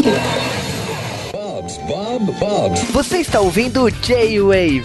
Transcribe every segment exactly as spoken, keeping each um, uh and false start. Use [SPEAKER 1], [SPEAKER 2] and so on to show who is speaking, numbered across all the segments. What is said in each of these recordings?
[SPEAKER 1] Bob's, Bob, Bob's.
[SPEAKER 2] Você está ouvindo J-Wave.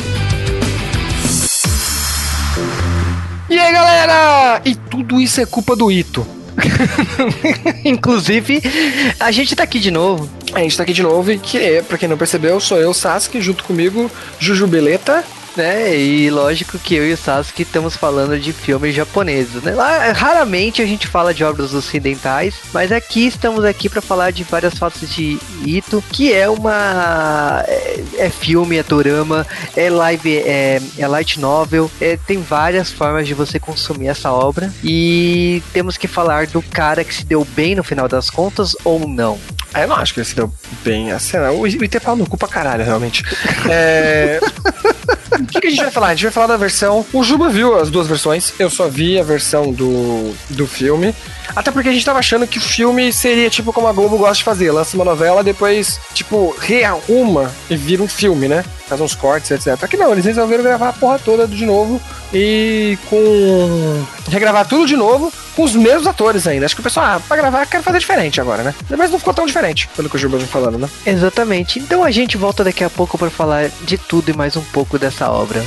[SPEAKER 3] E aí, galera? E tudo isso é culpa do Ito.
[SPEAKER 2] Inclusive, a gente tá aqui de novo.
[SPEAKER 3] A gente tá aqui de novo e que, é, pra quem não percebeu, sou eu, Sasuke, junto comigo, Jujubeleta.
[SPEAKER 2] Né? E lógico que eu e o Sasuke estamos falando de filmes japoneses, né? Lá, raramente a gente fala de obras ocidentais, mas aqui estamos aqui para falar de várias faces de Ito, que é uma é, é filme, é dorama, é live, é, é light novel, é, tem várias formas de você consumir essa obra e temos que falar do cara que se deu bem no final das contas ou não.
[SPEAKER 3] É, eu não acho que ele se deu bem. A cena, o Ito é pau no cu pra caralho, realmente. É... O que, que a gente vai falar? A gente vai falar da versão... O Juba viu as duas versões. Eu só vi a versão do, do filme. Até porque a gente tava achando que o filme seria tipo como a Globo gosta de fazer. Lança uma novela, depois, tipo, rearruma e vira um filme, né? Faz uns cortes, etcétera. Aqui não, eles resolveram gravar a porra toda de novo. E com... regravar tudo de novo com os mesmos atores ainda. Acho que o pessoal, ah, pra gravar, quero fazer diferente agora, né? Mas não ficou tão diferente, pelo que o Juba vem falando, né?
[SPEAKER 2] Exatamente. Então a gente volta daqui a pouco para falar de tudo e mais um pouco dessa obra.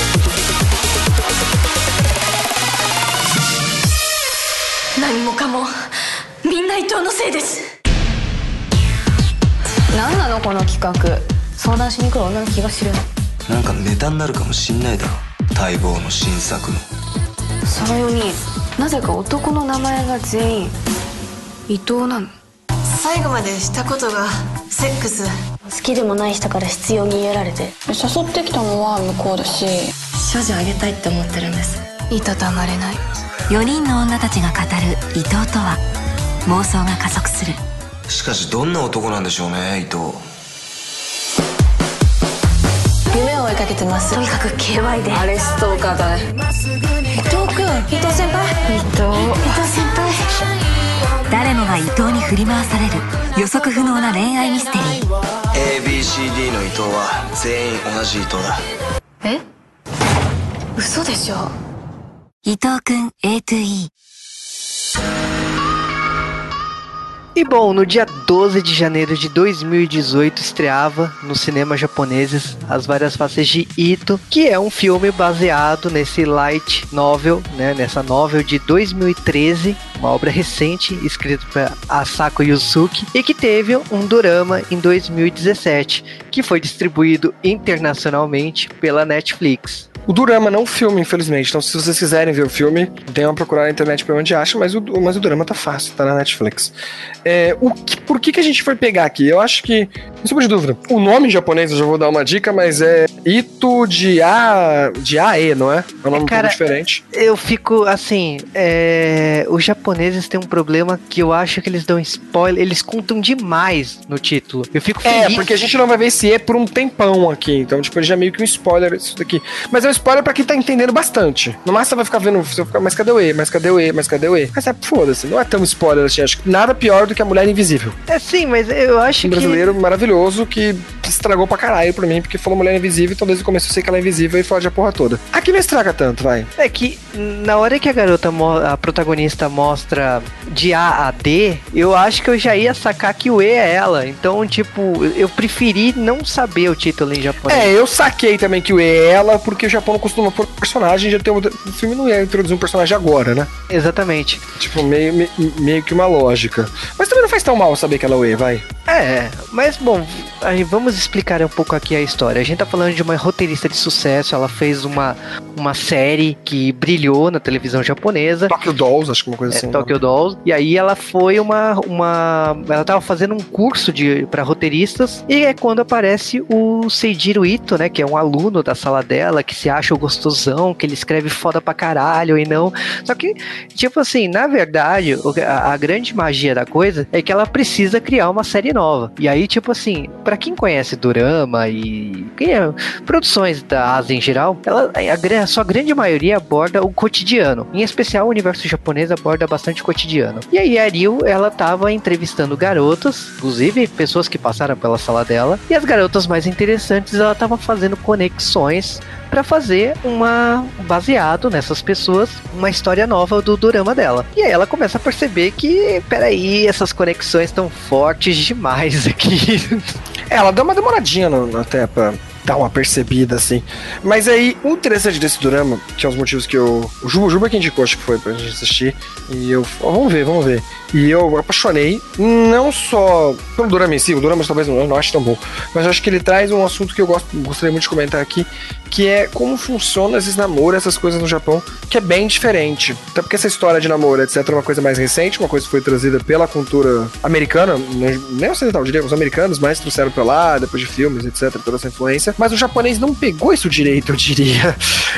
[SPEAKER 4] 何もかもみんな伊藤のせいです。何なのこの企画。相談しに来る女の気が知る。
[SPEAKER 5] なんかネタになるかもしんないだろ。待望の新作の。
[SPEAKER 4] そのよにんなぜか男の名前が全員伊藤なの。最後までしたことがセックス。好きでもない人から必要に入れられて。誘ってきたのは向こうだし、処女あげたいって思ってるんです。いたたまれない。
[SPEAKER 6] よにんの女たちが語る伊藤とは。妄想が加速する。
[SPEAKER 5] しかしどんな男なんでしょうね、伊藤。
[SPEAKER 4] 夢を追いかけてます。とにかく ケーワイ であれストーカーだね。伊藤君、伊藤先輩、伊藤伊藤先輩。
[SPEAKER 6] 誰もが伊藤に振り回される予測不能な恋愛ミステリー。
[SPEAKER 5] エービーシーディー の伊藤は全員同じ伊藤だ。
[SPEAKER 4] え？嘘でしょ。
[SPEAKER 6] 伊藤くん エーツーイー。
[SPEAKER 2] E bom, no dia doze de janeiro de dois mil e dezoito estreava nos cinemas japoneses As Várias Faces de Ito, que é um filme baseado nesse light novel, né, nessa novel de dois mil e treze, uma obra recente escrita por Asako Yusuke e que teve um dorama em dois mil e dezessete, que foi distribuído internacionalmente pela Netflix.
[SPEAKER 3] O dorama, não o filme, infelizmente. Então, se vocês quiserem ver o filme, deem uma procurada na internet pra onde acha, mas o, mas o dorama tá fácil, tá na Netflix. É, o que, por que, que a gente foi pegar aqui? Eu acho que, não sombra de dúvida, o nome em japonês, eu já vou dar uma dica, mas é Ito de A, de A E, não é? É um nome
[SPEAKER 2] Cara,
[SPEAKER 3] um pouco diferente.
[SPEAKER 2] Eu fico, assim, é, os japoneses têm um problema que eu acho que eles dão spoiler, eles contam demais no título. Eu fico feliz.
[SPEAKER 3] É, porque a gente não vai ver esse E por um tempão aqui, então, tipo, ele já é meio que um spoiler isso daqui. Mas é um spoiler pra quem tá entendendo bastante. No máximo você vai ficar vendo, você vai ficar, mas cadê o E? Mas cadê o E? Mas cadê o E? Mas é, foda-se, não é tão spoiler assim, acho que nada pior do que a Mulher Invisível.
[SPEAKER 2] É sim, mas eu acho
[SPEAKER 3] um
[SPEAKER 2] que...
[SPEAKER 3] brasileiro maravilhoso que estragou pra caralho pra mim, porque falou Mulher Invisível, então desde o começo eu sei que ela é invisível e fode a porra toda. Aqui não estraga tanto, vai.
[SPEAKER 2] É que na hora que a garota, a protagonista mostra de A a D, eu acho que eu já ia sacar que o E é ela. Então, tipo, eu preferi não saber o título em japonês.
[SPEAKER 3] É, eu saquei também que o E é ela, porque o Japão não costuma pôr personagem, já tem um, o filme não ia introduzir um personagem agora, né?
[SPEAKER 2] Exatamente.
[SPEAKER 3] Tipo, meio, meio, meio que uma lógica. Mas também não faz tão mal saber que ela é o E, vai.
[SPEAKER 2] É, mas bom, aí vamos explicar um pouco aqui a história. A gente tá falando de uma roteirista de sucesso, ela fez uma, uma série que brilhou na televisão japonesa.
[SPEAKER 3] Tokyo Dolls, acho que uma coisa
[SPEAKER 2] é,
[SPEAKER 3] assim.
[SPEAKER 2] Tokyo Dolls. E aí ela foi uma, uma... ela tava fazendo um curso de, pra roteiristas, e é quando aparece o Seijiro Ito, né, que é um aluno da sala dela, que se acha o gostosão, que ele escreve foda pra caralho e não... Só que, tipo assim, na verdade, a, a grande magia da coisa é que ela precisa criar uma série nova. E aí, tipo assim, pra quem conhece dorama e quem é, produções da Ásia em geral, ela, a, a sua grande maioria aborda o cotidiano. Em especial, o universo japonês aborda bastante o cotidiano. E aí, a Ryu, ela tava entrevistando garotas, inclusive pessoas que passaram pela sala dela, e as garotas mais interessantes, ela tava fazendo conexões pra fazer uma, baseado nessas pessoas, uma história nova do dorama dela. E aí ela começa a perceber que, peraí, essas conexões estão fortes demais aqui.
[SPEAKER 3] É, ela dá uma demoradinha no, até pra dar uma percebida, assim. Mas aí, o interessante desse dorama, que é os motivos que eu... O Juba, o Juba que indicou, acho que foi pra gente assistir. E eu... Ó, vamos ver, vamos ver. E eu apaixonei, não só pelo dorama em si, o dorama talvez não, eu não acho tão bom, mas eu acho que ele traz um assunto que eu gosto, gostaria muito de comentar aqui, que é como funciona esses namoros, essas coisas no Japão, que é bem diferente. Até porque essa história de namoro, etcétera, é uma coisa mais recente, uma coisa que foi trazida pela cultura americana, nem ocidental, diria, os americanos mais trouxeram pra lá, depois de filmes, etcétera, toda essa influência, mas o japonês não pegou isso direito, eu diria.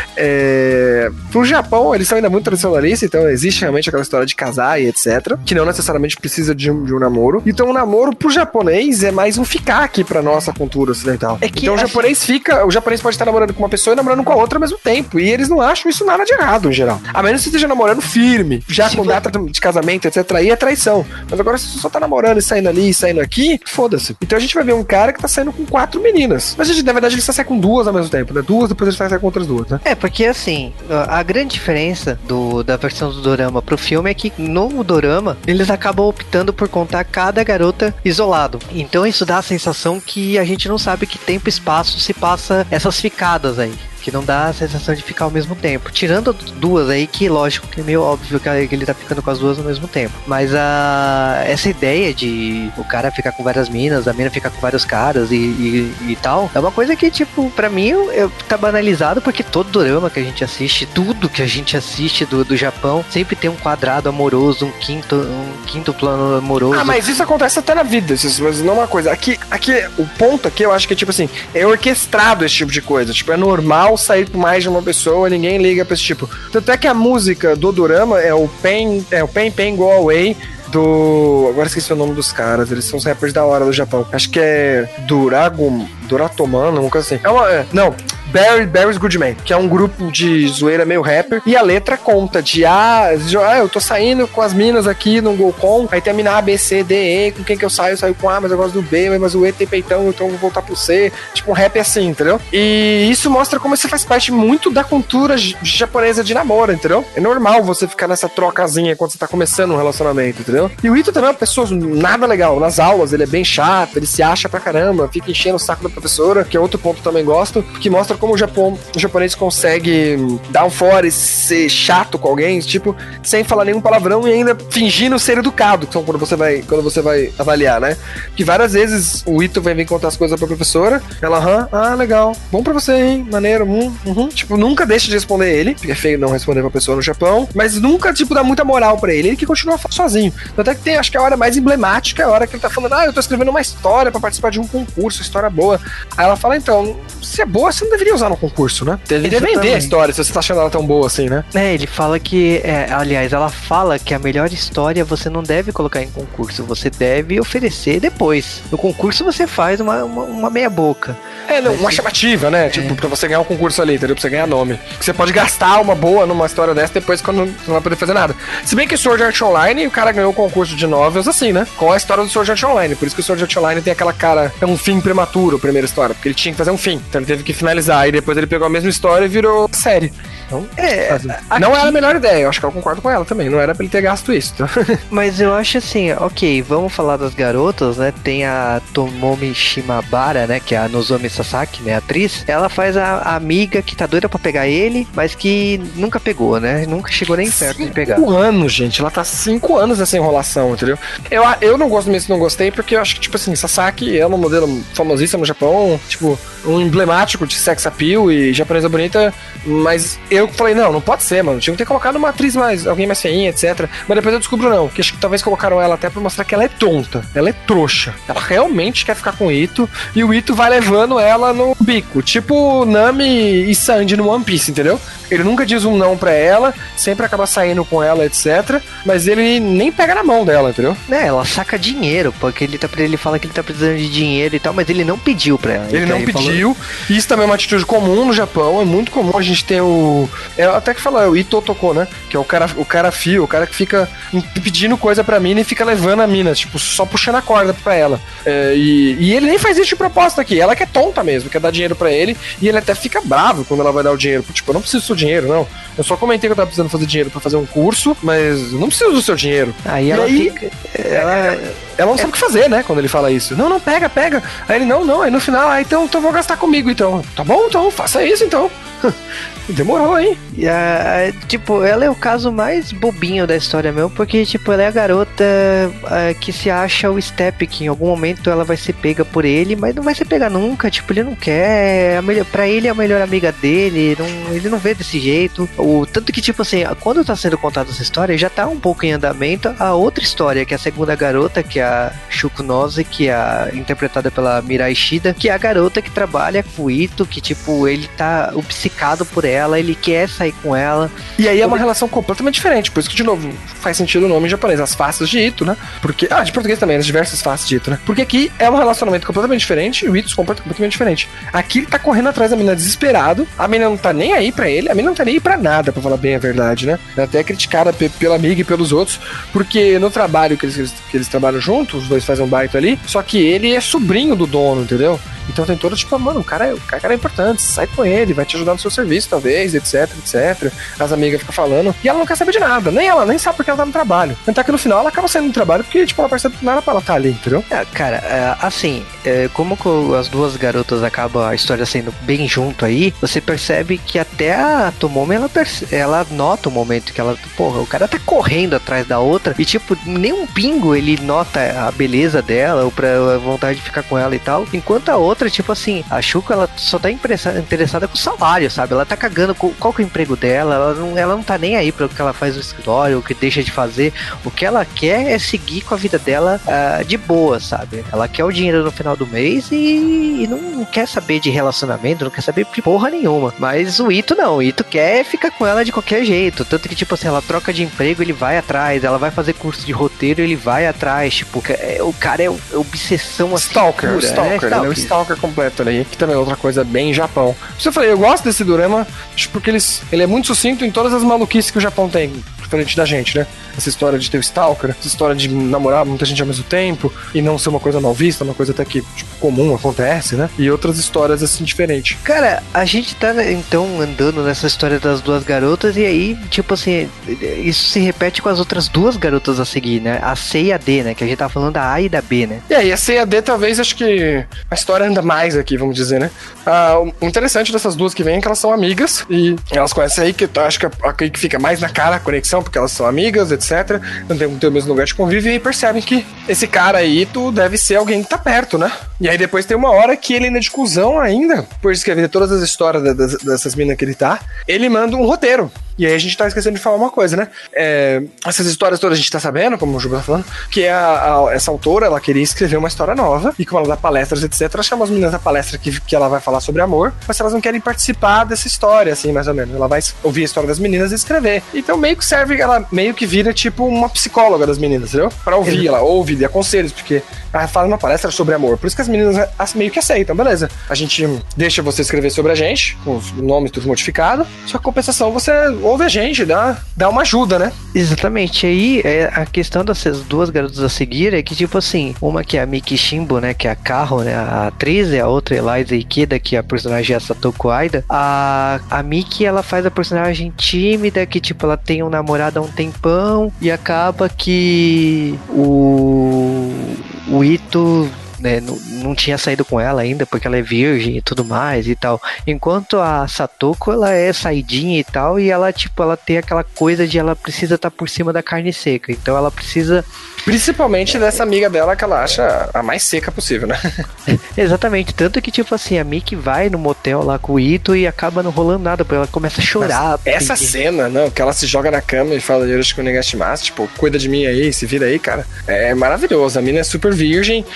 [SPEAKER 3] É... Pro Japão, eles são ainda muito tradicionalistas, então existe realmente aquela história de casar e etcétera, que não necessariamente precisa de um, de um namoro. Então o namoro pro japonês é mais um ficar aqui pra nossa cultura ocidental. É que, então o assim, japonês fica, o japonês pode estar namorando com uma pessoa e namorando com a outra ao mesmo tempo, e eles não acham isso nada de errado, em geral. A menos que você esteja namorando firme, já com data de casamento, etcétera, aí é traição. Mas agora se você só tá namorando e saindo ali e saindo aqui, foda-se. Então a gente vai ver um cara que tá saindo com quatro meninas. Mas na verdade ele só sai com duas ao mesmo tempo, né? Duas, depois ele sai com outras duas, né?
[SPEAKER 2] É, porque assim, a grande diferença do, da versão do dorama pro filme é que no dorama, eles acabam optando por contar cada garota isolado. Então isso dá a sensação que a gente não sabe que tempo e espaço se passa essas ficadas aí. Que não dá a sensação de ficar ao mesmo tempo. Tirando duas aí, que lógico que é meio óbvio que ele tá ficando com as duas ao mesmo tempo. Mas a, essa ideia de o cara ficar com várias minas, a mina ficar com vários caras e, e, e tal, é uma coisa que, tipo, pra mim eu, eu, tá banalizado, porque todo dorama que a gente assiste, tudo que a gente assiste do, do Japão, sempre tem um quadrado amoroso, um quinto, um quinto plano amoroso.
[SPEAKER 3] Ah, mas isso acontece até na vida, mas não é uma coisa. Aqui, aqui, o ponto aqui eu acho que é tipo assim, é orquestrado esse tipo de coisa. Tipo, é normal sair com mais de uma pessoa, ninguém liga pra esse tipo. Tanto é que a música do dorama é o Pain, é o Pain Pain Go Away do... Agora esqueci o nome dos caras, eles são os rappers da hora do Japão. Acho que é Durago, Duratomano, uma coisa assim. É uma... É, não... Barry, Barry's Good Man, que é um grupo de zoeira meio rapper, e a letra conta de ah, ah, eu tô saindo com as minas aqui no Golcom, aí tem a mina A, B, C, D, E, com quem que eu saio? Eu saio com A, mas eu gosto do B, mas o E tem peitão, então eu vou voltar pro C, tipo um rap assim, entendeu? E isso mostra como você faz parte muito da cultura japonesa de namoro, entendeu? É normal você ficar nessa trocazinha quando você tá começando um relacionamento, entendeu? E o Ito também é uma pessoa nada legal, nas aulas ele é bem chato, ele se acha pra caramba, fica enchendo o saco da professora, que é outro ponto que eu também gosto, que mostra como o, Japão, o japonês consegue dar um fora e ser chato com alguém, tipo, sem falar nenhum palavrão e ainda fingindo ser educado, que são quando você vai, quando você vai avaliar, né? Que várias vezes o Ito vem vir contar as coisas pra professora, ela, aham, ah, legal, bom pra você, hein, maneiro, hum, uhum. Tipo, nunca deixa de responder ele, porque é feio não responder pra pessoa no Japão, mas nunca, tipo, dá muita moral pra ele, ele que continua sozinho. Até que tem, acho que a hora mais emblemática é a hora que ele tá falando, ah, eu tô escrevendo uma história pra participar de um concurso, história boa. Aí ela fala, então, se é boa, você não deveria usar no concurso, né? Deveria vender a história, se você tá achando ela tão boa assim, né?
[SPEAKER 2] É, ele fala que, é, aliás, ela fala que a melhor história você não deve colocar em concurso, você deve oferecer depois. No concurso você faz uma, uma, uma meia boca.
[SPEAKER 3] É, não, uma chamativa, né? É. Tipo, pra você ganhar um concurso ali, entendeu? Pra você ganhar nome. Que você pode gastar uma boa numa história dessa depois quando você não vai poder fazer nada. Se bem que Sword Art Online, o cara ganhou o concurso de novels assim, né? Com a história do Sword Art Online. Por isso que o Sword Art Online tem aquela cara, é um fim prematuro, a primeira história. Porque ele tinha que fazer um fim. Então ele teve que finalizar. E depois ele pegou a mesma história e virou série. Então, é, aqui... não era a melhor ideia, eu acho que eu concordo com ela também, não era pra ele ter gasto isso. Então.
[SPEAKER 2] Mas eu acho assim, ok, vamos falar das garotas, né? Tem a Tomomi Shimabara, né? Que é a Nozomi Sasaki, né? A atriz. Ela faz a, a amiga que tá doida pra pegar ele, mas que nunca pegou, né? Nunca chegou nem perto de pegar.
[SPEAKER 3] Cinco anos, gente, ela tá cinco anos nessa enrolação, entendeu? Eu, eu não gosto mesmo, não gostei, porque eu acho que, tipo assim, Sasaki é uma modelo famosíssima no Japão, tipo, um emblemático de sex appeal e japonesa bonita, mas eu falei, não, não pode ser, mano. Tinha que ter colocado uma atriz mais, alguém mais feinha, etcétera. Mas depois eu descubro não, que acho que talvez colocaram ela até pra mostrar que ela é tonta, ela é trouxa. Ela realmente quer ficar com o Ito, e o Ito vai levando ela no bico. Tipo Nami e Sanji no One Piece, entendeu? Ele nunca diz um não pra ela, sempre acaba saindo com ela, etcétera. Mas ele nem pega na mão dela, entendeu?
[SPEAKER 2] É, ela saca dinheiro, porque ele, tá, ele fala que ele tá precisando de dinheiro e tal, mas ele não pediu pra ela.
[SPEAKER 3] Ele
[SPEAKER 2] então,
[SPEAKER 3] não
[SPEAKER 2] ele
[SPEAKER 3] pediu.
[SPEAKER 2] Falou...
[SPEAKER 3] Isso também é uma atitude comum no Japão, é muito comum. A gente tem o... É, até que fala, é o Ito Toko, né? Que é o cara, o cara fio, o cara que fica pedindo coisa pra mina e fica levando a mina, tipo, só puxando a corda pra ela. É, e, e ele nem faz isso de proposta aqui. Ela que é tonta mesmo, quer dar dinheiro pra ele, e ele até fica bravo quando ela vai dar o dinheiro. Tipo, eu não preciso do seu dinheiro, não. Eu só comentei que eu tava precisando fazer dinheiro pra fazer um curso, mas eu não preciso do seu dinheiro.
[SPEAKER 2] Aí
[SPEAKER 3] e
[SPEAKER 2] ela
[SPEAKER 3] aí,
[SPEAKER 2] fica... Ela...
[SPEAKER 3] ela não sabe o que fazer, né, quando ele fala isso. Não, não, pega, pega. Aí ele, não, não. Aí no final, ah, então, então eu vou gastar comigo, então. Tá bom, então, faça isso, então. Demorou, hein?
[SPEAKER 2] E a, tipo, ela é o caso mais bobinho da história mesmo, porque, tipo, ela é a garota a, que se acha o Step, que em algum momento ela vai ser pega por ele, mas não vai ser pega nunca, tipo, ele não quer, a melhor, pra ele é a melhor amiga dele, não, ele não vê desse jeito. O, tanto que, tipo assim, quando tá sendo contada essa história, já tá um pouco em andamento a outra história, que é a segunda garota, que é a Shuko Nose, que é a, interpretada pela Mirai Shida, que é a garota que trabalha com o Ito, que, tipo, ele tá obcecado por ela, ela, ele quer sair com ela.
[SPEAKER 3] E aí é uma relação completamente diferente, por isso que, de novo, faz sentido o nome em japonês, as faces de Ito, né? Porque, ah, de português também, as diversas faces de Ito, né? Porque aqui é um relacionamento completamente diferente e o Ito se comporta completamente diferente. Aqui ele tá correndo atrás da menina desesperado, a menina não tá nem aí pra ele, a menina não tá nem aí pra nada, pra falar bem a verdade, né? É até criticada p- pela amiga e pelos outros, porque no trabalho que eles, que eles trabalham juntos, os dois fazem um baita ali, só que ele é sobrinho do dono, entendeu? Então tem toda, tipo, mano, o cara, o cara é importante, sai com ele, vai te ajudar no seu serviço, talvez, etc, etcétera. As amigas ficam falando, e ela não quer saber de nada, nem ela, nem sabe porque ela tá no trabalho. Tanto é que no final ela acaba saindo do trabalho porque, tipo, ela percebe que não era pra ela estar ali, entendeu?
[SPEAKER 2] É, cara, é, assim, é, como as duas garotas acabam a história sendo bem junto aí, você percebe que até a Tomomi, ela, perce- ela nota o momento que ela, porra, o cara tá correndo atrás da outra, e tipo, nem um pingo ele nota a beleza dela, ou pra a vontade de ficar com ela e tal, enquanto a outra, tipo assim, a Shuko, ela só tá interessada com o salário, sabe? Ela tá cagando com qual que é o emprego dela, ela não, ela não tá nem aí pro que ela faz no escritório, o que deixa de fazer. O que ela quer é seguir com a vida dela uh, de boa, sabe? Ela quer o dinheiro no final do mês e, e não, não quer saber de relacionamento, não quer saber de porra nenhuma. Mas o Ito não, o Ito quer ficar com ela de qualquer jeito. Tanto que, tipo assim, ela troca de emprego, ele vai atrás, ela vai fazer curso de roteiro, ele vai atrás. Tipo, o cara é, é obsessão assim.
[SPEAKER 3] Stalker,
[SPEAKER 2] pura,
[SPEAKER 3] stalker,
[SPEAKER 2] né?
[SPEAKER 3] ele
[SPEAKER 2] Stalker.
[SPEAKER 3] é o stalker completo ali, que também é outra coisa bem Japão. Por isso eu falei, eu gosto desse dorama, porque eles, ele é muito sucinto em todas as maluquices que o Japão tem, diferente da gente, né? Essa história de ter o stalker, essa história de namorar muita gente ao mesmo tempo e não ser uma coisa mal vista, uma coisa até que, tipo, comum, acontece, né? E outras histórias assim diferentes.
[SPEAKER 2] Cara, a gente tá então andando nessa história das duas garotas e aí, tipo assim, isso se repete com as outras duas garotas a seguir, né? A C e a D, né? Que a gente tá falando da A e da B, né?
[SPEAKER 3] E aí, a C e a D, talvez, acho que a história anda mais aqui, vamos dizer, né? Ah, o interessante dessas duas que vêm é que elas são amigas e elas conhecem aí, que acho que a que fica mais na cara a conexão, porque elas são amigas, etcétera. Não tem, tem o mesmo lugar de convívio e aí percebem que esse cara aí, tu deve ser alguém que tá perto, né? E aí depois tem uma hora que ele ainda de cuzão ainda, por escrever todas as histórias das, dessas minas que ele tá, ele manda um roteiro. E aí a gente tá esquecendo de falar uma coisa, né? É, essas histórias todas a gente tá sabendo, como o Juba tá falando, que é a, a, essa autora, ela queria escrever uma história nova, e como ela dá palestras, etcétera, ela chama as meninas da palestra que, que ela vai falar sobre amor, mas elas não querem participar dessa história, assim, mais ou menos. Ela vai ouvir a história das meninas e escrever. Então meio que serve, ela meio que vira tipo uma psicóloga das meninas, entendeu? Pra ouvir, ela ouve, dá conselhos, porque ela fala uma palestra sobre amor. Por isso que as meninas meio que aceitam, beleza. A gente deixa você escrever sobre a gente, com os nomes tudo modificado, só que a compensação você ouve a gente, dá, dá uma ajuda, né?
[SPEAKER 2] Exatamente. Aí é, a questão dessas duas garotas a seguir é que, tipo assim, uma que é a Miki Shimbo, né, que é a Kaho, né, a atriz, e a outra Eliza Ikeda, que é a personagem é a Satoko Aida. A, a Miki, ela faz a personagem tímida, que, tipo, ela tem um namorado há um tempão e acaba que o, o Ito... Né, não, não tinha saído com ela ainda porque ela é virgem e tudo mais e tal, enquanto a Satoko, ela é saidinha e tal, e ela, tipo, ela tem aquela coisa de ela precisa estar tá por cima da carne seca, então ela precisa...
[SPEAKER 3] Principalmente dessa amiga dela que ela acha a mais seca possível, né?
[SPEAKER 2] Exatamente, tanto que, tipo assim, a Miki vai no motel lá com o Ito e acaba não rolando nada, porque ela começa a chorar.
[SPEAKER 3] Essa porque... cena, não, que ela se joga na cama e fala, Yoroshiku Negashimasu, tipo, cuida de mim aí, se vira aí, cara, é maravilhoso, a mina é super virgem, até acho que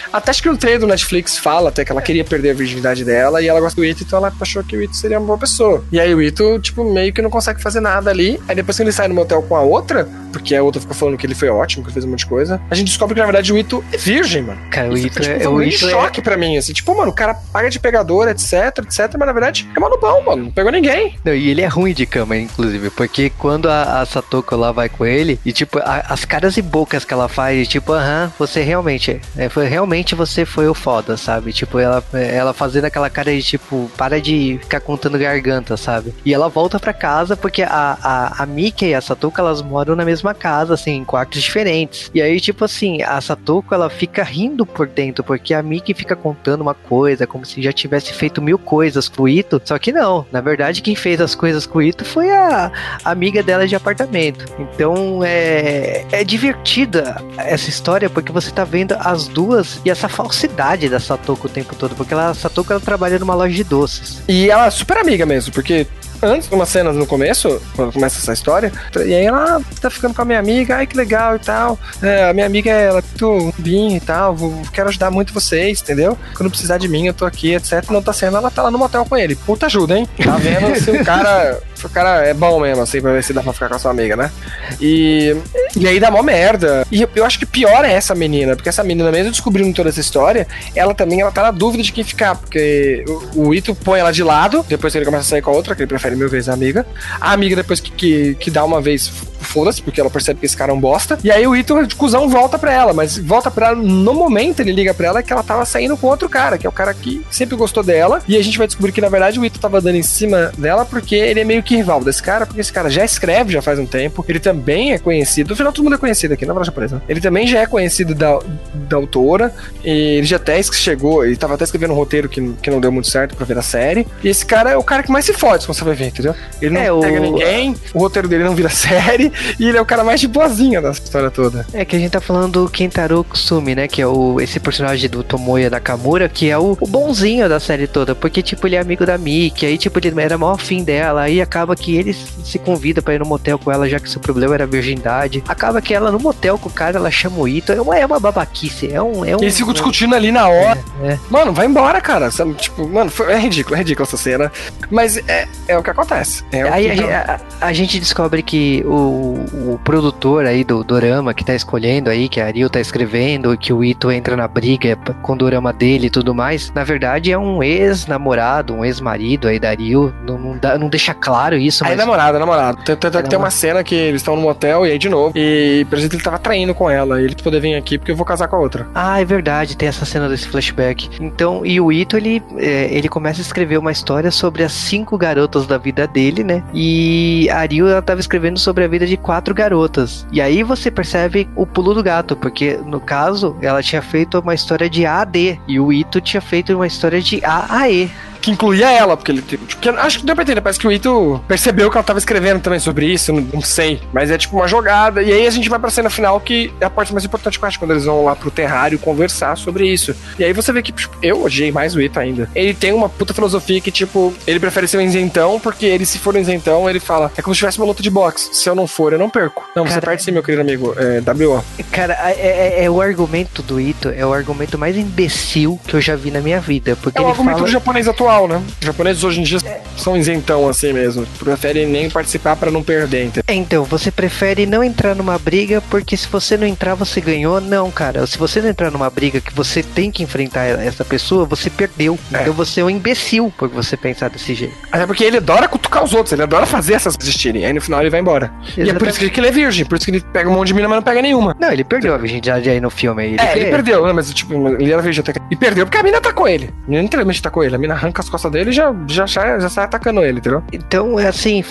[SPEAKER 3] que o trailer do Netflix fala até que ela queria perder a virgindade dela e ela gosta do Ito, então ela achou que o Ito seria uma boa pessoa. E aí o Ito, tipo, meio que não consegue fazer nada ali. Aí depois que ele sai no motel com a outra, porque a outra ficou falando que ele foi ótimo, que ele fez um monte de coisa, a gente descobre que na verdade o Ito é virgem, mano.
[SPEAKER 2] Cara, o
[SPEAKER 3] Isso
[SPEAKER 2] Ito
[SPEAKER 3] foi, tipo,
[SPEAKER 2] é...
[SPEAKER 3] foi um
[SPEAKER 2] o
[SPEAKER 3] grande
[SPEAKER 2] Ito
[SPEAKER 3] choque
[SPEAKER 2] é...
[SPEAKER 3] pra mim, assim. Tipo, mano, o cara paga de pegador, etc, etc, mas na verdade é mano bom, mano. Não pegou ninguém.
[SPEAKER 2] Não, e ele é ruim de cama, inclusive, porque quando a, a Satoko lá vai com ele, e tipo, a, as caras e bocas que ela faz, tipo, aham, você realmente, é, foi, realmente você foi o foda, sabe? Tipo, ela, ela fazendo aquela cara de tipo, para de ficar contando garganta, sabe? E ela volta pra casa porque a, a, a Mika e a Satoko, elas moram na mesma casa, assim, em quartos diferentes. E aí, tipo assim, a Satoko, ela fica rindo por dentro, porque a Miki fica contando uma coisa, como se já tivesse feito mil coisas com o Ito, só que não, na verdade quem fez as coisas com o Ito foi a, a amiga dela de apartamento. Então é, é divertida essa história porque você tá vendo as duas e essa falsidade da Satoko o tempo todo, porque ela, a Satoko ela trabalha numa loja de doces.
[SPEAKER 3] E ela é super amiga mesmo, porque antes, umas cenas no começo, quando começa essa história, e aí ela tá ficando com a minha amiga, ai que legal e tal, é, a minha amiga, ela é muito bem e tal, vou, quero ajudar muito vocês, entendeu? Quando precisar de mim, eu tô aqui, etc. Não tá sendo, ela tá lá no motel com ele. Puta ajuda, hein? Tá vendo se o cara... O cara é bom mesmo, assim, pra ver se dá pra ficar com a sua amiga, né? E, e aí dá mó merda. E eu, eu acho que pior é essa menina, porque essa menina, mesmo descobrindo toda essa história, ela também, ela tá na dúvida de quem ficar, porque o, o Ito põe ela de lado, depois que ele começa a sair com a outra, que ele prefere mil vezes a amiga. A amiga, depois que, que, que dá uma vez, foda-se, porque ela percebe que esse cara é um bosta. E aí o Ito, de cuzão, volta pra ela, mas volta pra ela no momento, ele liga pra ela que ela tava saindo com outro cara, que é o cara que sempre gostou dela. E a gente vai descobrir que, na verdade, o Ito tava dando em cima dela porque ele é meio que rival desse cara, porque esse cara já escreve já faz um tempo, ele também é conhecido, no final todo mundo é conhecido aqui na novela japonesa, ele também já é conhecido da, da autora, e ele já até chegou, ele tava até escrevendo um roteiro que, que não deu muito certo pra ver a série, e esse cara é o cara que mais se fode, como você vai ver, entendeu? Ele não
[SPEAKER 2] é,
[SPEAKER 3] pega
[SPEAKER 2] o...
[SPEAKER 3] ninguém, o roteiro dele não vira série, e ele é o cara mais de boazinha dessa história toda.
[SPEAKER 2] É que a gente tá falando do Kentaro Kusumi, né, que é o, esse personagem do Tomoya Nakamura, que é o, o bonzinho da série toda, porque tipo, ele é amigo da Miki, aí tipo, ele era maior fim dela, aí acaba que ele se convida pra ir no motel com ela, já que seu problema era a virgindade. Acaba que ela no motel com o cara, ela chama o Ito. É uma, é uma babaquice. É um, é um,
[SPEAKER 3] e eles ficam discutindo ali na hora.
[SPEAKER 2] É, é.
[SPEAKER 3] Mano, vai embora, cara. Sabe? Tipo, mano, foi, é ridículo, é ridículo essa cena. Mas é, é o que acontece. É o
[SPEAKER 2] aí
[SPEAKER 3] que...
[SPEAKER 2] A, a, a gente descobre que o, o produtor aí do Dorama, que tá escolhendo aí, que a Ariel tá escrevendo, que o Ito entra na briga com o Dorama dele e tudo mais, na verdade é um ex-namorado, um ex-marido aí da Ariel. Não, não, dá, não deixa claro isso, mas...
[SPEAKER 3] Aí namorado, namorado. Tem, tem, tem, tem uma cena que eles estão no motel e aí de novo. E por exemplo, ele tava traindo com ela. E ele poder vir aqui porque eu vou casar com a outra.
[SPEAKER 2] Ah, é verdade, tem essa cena desse flashback. Então, e o Ito, ele, é, ele começa a escrever uma história sobre as cinco garotas da vida dele, né? E a Ariel, ela tava escrevendo sobre a vida de quatro garotas. E aí você percebe o pulo do gato, porque no caso, ela tinha feito uma história de A a D. E o Ito tinha feito uma história de A a E.
[SPEAKER 3] Que incluía ela, porque ele tipo, que acho que deu pra entender, parece que o Ito percebeu que ela tava escrevendo também sobre isso, não, não sei, mas é tipo uma jogada, e aí a gente vai pra cena final, que é a parte mais importante que eu acho, quando eles vão lá pro terrário conversar sobre isso, e aí você vê que, tipo, eu odiei mais o Ito ainda, ele tem uma puta filosofia que, tipo, ele prefere ser um isentão, porque ele, se for um isentão, ele fala, é como se tivesse uma luta de boxe, se eu não for, eu não perco. Não, cara, você perde sim, meu querido amigo, é W O.
[SPEAKER 2] Cara, é, é, é o argumento do Ito, é o argumento mais imbecil que eu já vi na minha vida, porque
[SPEAKER 3] é o
[SPEAKER 2] ele
[SPEAKER 3] argumento
[SPEAKER 2] fala...
[SPEAKER 3] do japonês atual, né? Os japoneses hoje em dia são isentão assim mesmo. Preferem nem participar pra não perder, entendeu?
[SPEAKER 2] É, então, você prefere não entrar numa briga porque se você não entrar, você ganhou? Não, cara. Se você não entrar numa briga que você tem que enfrentar essa pessoa, você perdeu. É. Então você é um imbecil por você pensar desse jeito.
[SPEAKER 3] Até porque ele adora cutucar os outros, ele adora fazer essas existirem. Aí no final ele vai embora. Exatamente. E é por isso que ele é virgem, por isso que ele pega um monte de mina, mas não pega nenhuma.
[SPEAKER 2] Não, ele perdeu a virgindade aí no filme. Ele
[SPEAKER 3] é,
[SPEAKER 2] que...
[SPEAKER 3] ele perdeu, né? Mas tipo, ele era virgem até que... E perdeu porque a mina tá com ele. A mina literalmente tá com ele. A mina arranca as costas dele e já, já, já, já sai atacando ele, entendeu?
[SPEAKER 2] Então, é assim,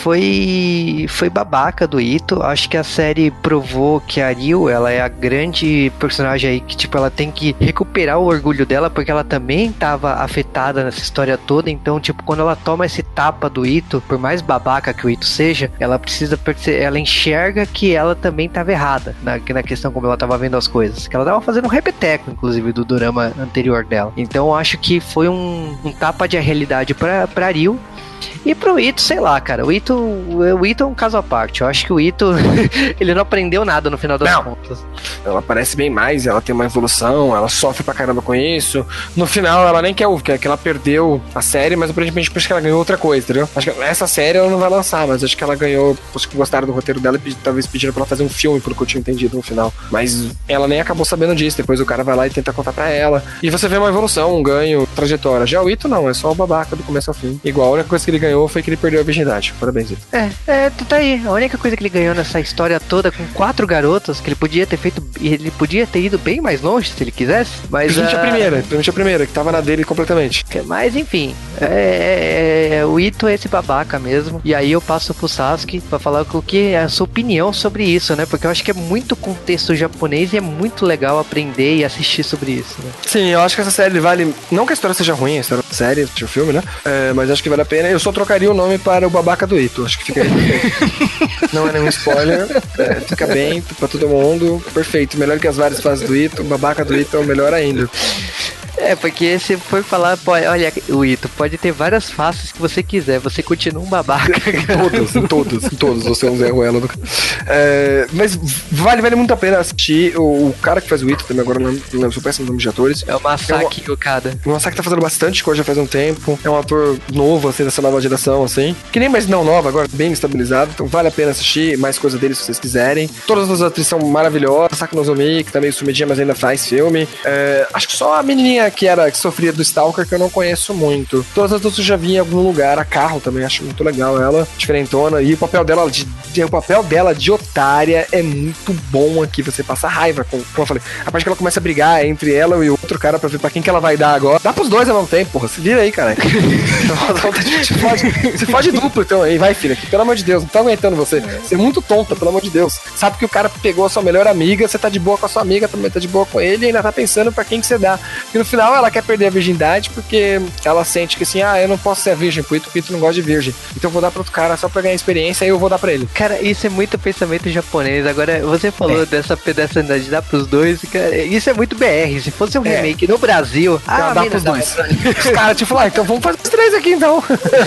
[SPEAKER 2] foi foi babaca do Ito. Acho que a série provou que a Ariel, ela é a grande personagem aí que, tipo, ela tem que recuperar o orgulho dela, porque ela também tava afetada nessa história toda. Então, tipo, quando ela toma esse tapa do Ito, por mais babaca que o Ito seja, ela precisa perceber, ela enxerga que ela também tava errada na, na questão como ela tava vendo as coisas. Que ela tava fazendo um repeteco, inclusive, do dorama anterior dela. Então, eu acho que foi um, um tapa de realidade pra, pra Ariel. E pro Ito, sei lá, cara, o Ito, o Ito é um caso à parte. Eu acho que o Ito, ele não aprendeu nada no final das
[SPEAKER 3] Não.
[SPEAKER 2] contas.
[SPEAKER 3] Ela aparece bem mais, ela tem uma evolução, ela sofre pra caramba com isso. No final, ela nem quer ouvir, quer que ela perdeu a série, mas aparentemente acho que ela ganhou outra coisa, entendeu? Acho que essa série ela não vai lançar, mas acho que ela ganhou, acho que gostaram do roteiro dela e talvez pediram pra ela fazer um filme, pelo que eu tinha entendido no final. Mas ela nem acabou sabendo disso, depois o cara vai lá e tenta contar pra ela. E você vê uma evolução, um ganho, trajetória. Já o Ito não, é só o babaca do começo ao fim. Igual a única coisa que ele ganhou foi que ele perdeu a virgindade. Parabéns, Ito.
[SPEAKER 2] É, é, tá aí. A única coisa que ele ganhou nessa história toda com quatro garotas, que ele podia ter feito, ele podia ter ido bem mais longe se ele quisesse, mas...
[SPEAKER 3] Principalmente
[SPEAKER 2] uh...
[SPEAKER 3] a primeira, principalmente a primeira, que tava na dele completamente.
[SPEAKER 2] Mas enfim, é, é, é, o Ito é esse babaca mesmo. E aí eu passo pro Sasuke pra falar o que é a sua opinião sobre isso, né? Porque eu acho que é muito contexto japonês e é muito legal aprender e assistir sobre isso, né?
[SPEAKER 3] Sim, eu acho que essa série vale... Não que a história seja ruim, a história da série, o filme, né? É, mas acho que vale a pena. Eu só trocaria o nome para o babaca do Ito. Acho que ficaria perfeito. Não é nenhum spoiler. É, fica bem pra todo mundo. Perfeito. Melhor que as várias fases do Ito. O babaca do Ito é o melhor ainda.
[SPEAKER 2] É, porque você foi falar, pô, olha, o Ito, pode ter várias faces que você quiser, você continua um babaca.
[SPEAKER 3] Todas, em todas, em todas, você é um Zé Ruela. Do... É, mas vale, vale muito a pena assistir. O, o cara que faz o Ito, também agora não lembro, sou péssimo nome de atores.
[SPEAKER 2] É o Masaki é um, Okada.
[SPEAKER 3] O Masaki tá fazendo bastante coisa já faz um tempo. É um ator novo, assim, dessa nova geração, assim. Que nem mais não nova, agora bem estabilizado. Então vale a pena assistir mais coisa dele se vocês quiserem. Todas as atrizes são maravilhosas. Saki Nozomi, que tá meio sumidinha, mas ainda faz filme. É, acho que só a menininha que era que sofria do Stalker, que eu não conheço muito. Todas as outras eu já vi em algum lugar. A Carro também acho muito legal ela, diferentona. E o papel dela de, de, o papel dela de otária é muito bom aqui. Você passa raiva, com, como eu falei. A parte que ela começa a brigar entre ela e o outro cara pra ver pra quem que ela vai dar agora. Dá pros dois ao mesmo tempo, porra. Se vira aí, cara. Você fode, você fode duplo, então. Aí vai, filha. Que, pelo amor de Deus, não tá aguentando você. Você é muito tonta, pelo amor de Deus. Sabe que o cara pegou a sua melhor amiga, você tá de boa com a sua amiga, também tá de boa com ele e ainda tá pensando pra quem que você dá. E no final ela quer perder a virgindade porque ela sente que assim, ah, eu não posso ser a virgem, porque o Ito não gosta de virgem. Então eu vou dar pra outro cara só pra ganhar experiência e eu vou dar pra ele.
[SPEAKER 2] Cara, isso é muito pensamento japonês. Agora, você falou é. dessa pedaço de dar pros dois, cara, isso é muito B R. Se fosse um é. remake no Brasil,
[SPEAKER 3] ah, dá pros dois. Os caras te falaram, ah, então vamos fazer os três aqui então.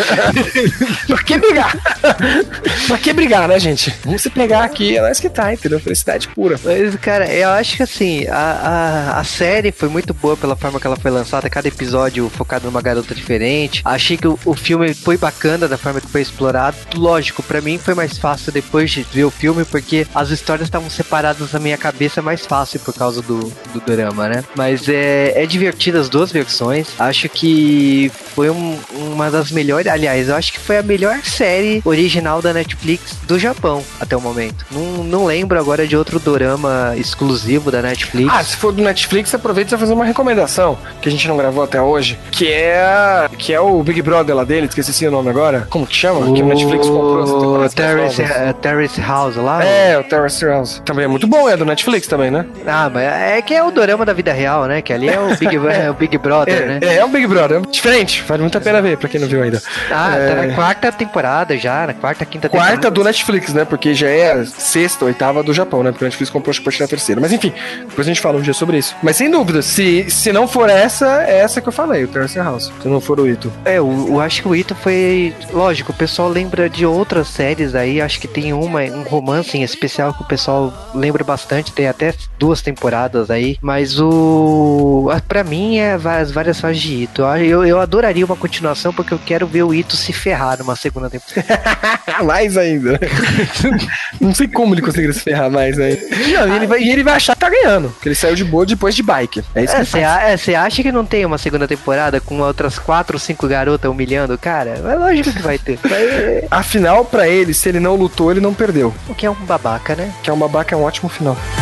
[SPEAKER 3] Pra que brigar? Pra que brigar, né, gente? Vamos se pegar aqui, é nós que tá, entendeu? Felicidade pura.
[SPEAKER 2] Mas, cara, eu acho que assim, a, a, a série foi muito boa pela forma que ela foi lançada, cada episódio focado numa garota diferente. Achei que o, o filme foi bacana da forma que foi explorado. Lógico, pra mim foi mais fácil depois de ver o filme, porque as histórias estavam separadas na minha cabeça mais fácil por causa do, do drama, né? Mas é, é divertido as duas versões. Acho que foi um, uma das melhores, aliás, eu acho que foi a melhor série original da Netflix do Japão até o momento. Não, não lembro agora de outro dorama exclusivo da Netflix.
[SPEAKER 3] Ah, se for do Netflix, aproveita e vai fazer uma recomendação que a gente não gravou até hoje, que é que é o Big Brother lá dele, esqueci o nome agora. Como que chama?
[SPEAKER 2] O...
[SPEAKER 3] Que o Netflix comprou.
[SPEAKER 2] O Terrace, uh, Terrace House lá?
[SPEAKER 3] É, o Terrace House. Também é muito bom, é do Netflix também, né?
[SPEAKER 2] Ah, mas é que é o dorama da vida real, né? Que ali é o Big, é, o Big Brother,
[SPEAKER 3] é,
[SPEAKER 2] né?
[SPEAKER 3] É, é um Big Brother. Diferente. Vale muito a pena ver, pra quem não viu ainda.
[SPEAKER 2] Ah,
[SPEAKER 3] é...
[SPEAKER 2] tá na quarta temporada já, na quarta, quinta temporada.
[SPEAKER 3] Quarta do Netflix, né? Porque já é sexta, oitava do Japão, né? Porque o Netflix comprou acho que partir da terceira. Mas enfim, depois a gente fala um dia sobre isso. Mas sem dúvida, se, se não for essa, é essa que eu falei, o Terrace House. Se não for o Ito.
[SPEAKER 2] É, eu, eu acho que o Ito foi... Lógico, o pessoal lembra de outras séries aí. Acho que tem uma, um romance em especial que o pessoal lembra bastante. Tem até duas temporadas aí. Mas o... Pra mim é várias, várias fases de Ito. Eu, eu adoraria uma continuação porque eu quero ver o Ito se ferrar numa segunda temporada.
[SPEAKER 3] Mais ainda. Não sei como ele conseguiria se ferrar mais ainda. Não, e, ele vai, e ele vai achar que tá ganhando. Porque ele saiu de boa depois de bike. É isso que
[SPEAKER 2] Você é, acha que não tem uma segunda temporada com outras quatro ou cinco garotas humilhando o cara? É lógico que vai ter. Vai...
[SPEAKER 3] Afinal, pra ele, se ele não lutou, ele não perdeu.
[SPEAKER 2] O que é um babaca, né?
[SPEAKER 3] Que é um babaca, é um ótimo final.